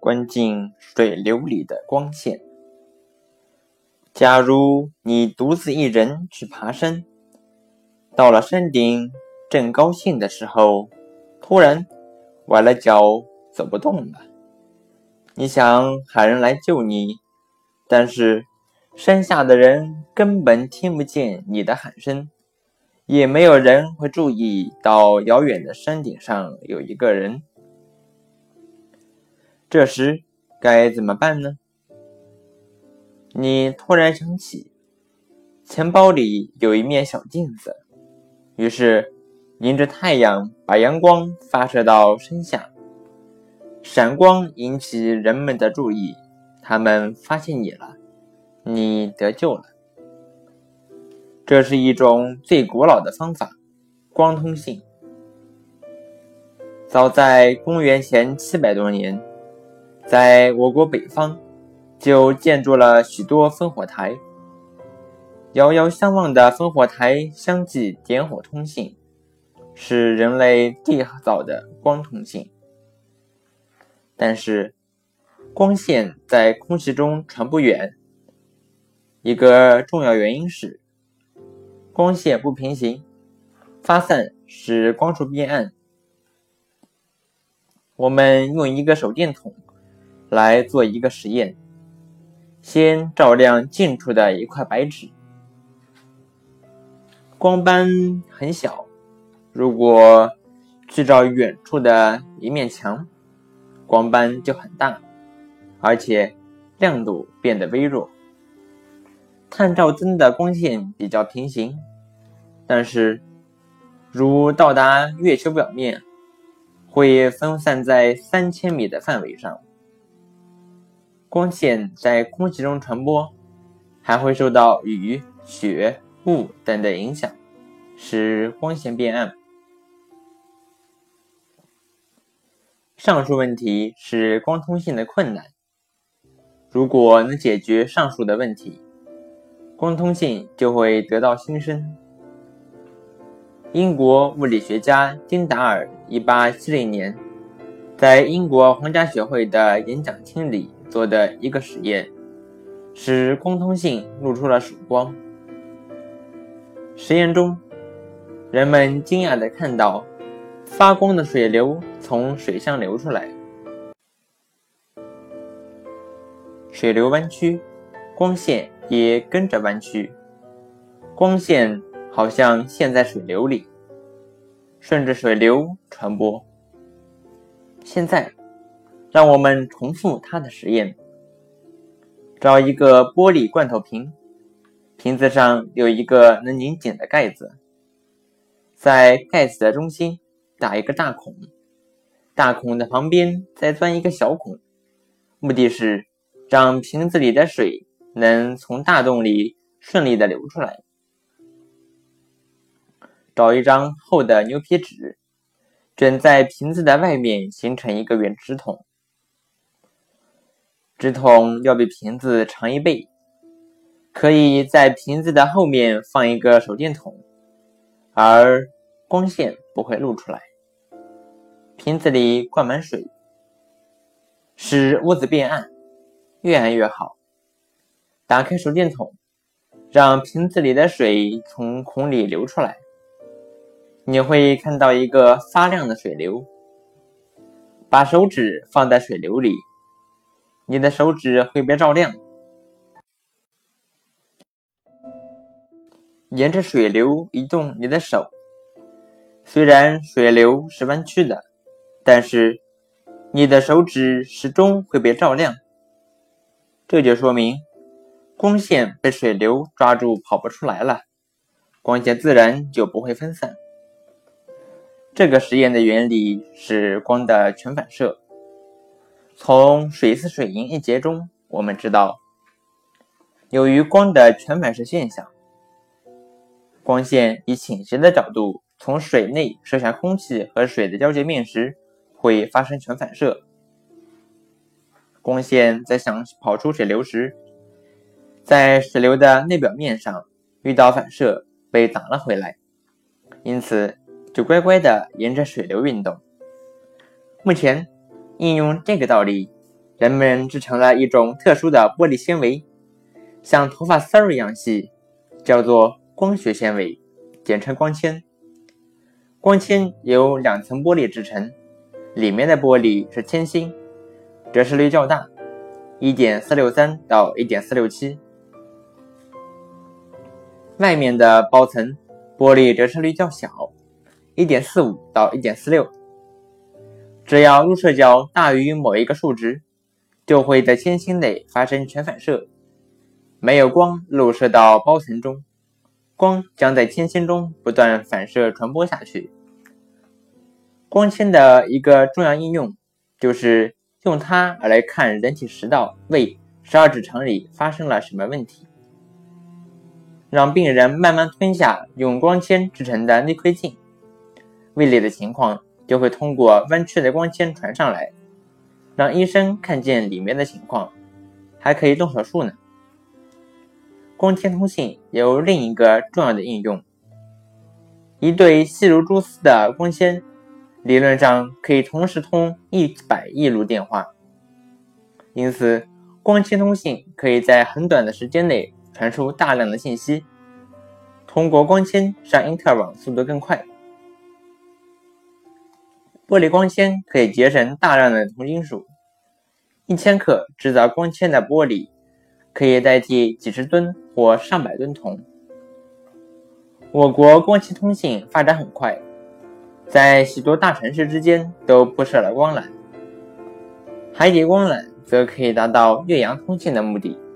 关进水流里的光线。假如你独自一人去爬山，到了山顶正高兴的时候，突然崴了脚走不动了。你想喊人来救你，但是山下的人根本听不见你的喊声，也没有人会注意到遥远的山顶上有一个人。这时该怎么办呢？你突然想起钱包里有一面小镜子，于是迎着太阳把阳光发射到身下，闪光引起人们的注意，他们发现你了，你得救了。这是一种最古老的方法，光通信。早在公元前700多年，在我国北方就建筑了许多烽火台，遥遥相望的烽火台相继点火通信，是人类缔造的光通信。但是光线在空气中传不远，一个重要原因是光线不平行，发散使光束变暗。我们用一个手电筒来做一个实验，先照亮近处的一块白纸，光斑很小，如果去照远处的一面墙，光斑就很大，而且亮度变得微弱。探照灯的光线比较平行，但是如到达月球表面，会分散在3000米的范围上。光线在空气中传播，还会受到雨、雪、雾等的影响，使光线变暗。上述问题是光通信的困难。如果能解决上述的问题，光通信就会得到新生。英国物理学家丁达尔1870年在英国皇家学会的演讲厅里做的一个实验，使光通信露出了曙光。实验中，人们惊讶地看到发光的水流从水箱流出来，水流弯曲，光线也跟着弯曲，光线好像陷在水流里，顺着水流传播。现在让我们重复它的实验。找一个玻璃罐头瓶，瓶子上有一个能拧紧的盖子，在盖子的中心打一个大孔，大孔的旁边再钻一个小孔，目的是让瓶子里的水能从大洞里顺利地流出来。找一张厚的牛皮纸，卷在瓶子的外面形成一个圆纸筒，纸筒要比瓶子长1倍，可以在瓶子的后面放一个手电筒，而光线不会露出来。瓶子里灌满水，使屋子变暗，越暗越好。打开手电筒，让瓶子里的水从孔里流出来，你会看到一个发亮的水流。把手指放在水流里，你的手指会被照亮。沿着水流移动你的手，虽然水流是弯曲的，但是你的手指始终会被照亮。这就说明光线被水流抓住跑不出来了，光线自然就不会分散。这个实验的原理是光的全反射。从水丝水银一节中我们知道，由于光的全反射现象，光线以倾斜的角度从水内射向空气和水的交界面时，会发生全反射。光线在想跑出水流时，在水流的内表面上遇到反射，被打了回来，因此就乖乖地沿着水流运动。目前应用这个道理， 人们制成了一种特殊的玻璃纤维，像头发丝儿一样细，叫做光学纤维，简称光纤。光纤由2层玻璃制成，里面的玻璃是铅芯，折射率较大， 1.463 到 1.467， 外面的包层玻璃折射率较小， 1.45 到 1.46， 只要入射角大于某一个数值，就会在铅芯内发生全反射，没有光漏射到包层中，光将在铅芯中不断反射传播下去。光纤的一个重要应用就是用它来看人体食道、胃、12指肠里发生了什么问题，让病人慢慢吞下用光纤制成的内窥镜，胃里的情况就会通过弯曲的光纤传上来，让医生看见里面的情况，还可以动手术呢。光纤通信有另一个重要的应用，一对细如蛛丝的光纤理论上可以同时通100亿路电话，因此光纤通信可以在很短的时间内传输大量的信息，通过光纤上因特网速度更快。玻璃光纤可以节省大量的铜金属，1000克制造光纤的玻璃可以代替几十吨或上百吨铜。我国光纤通信发展很快，在许多大城市之间都铺设了光缆，海底光缆则可以达到越洋通信的目的。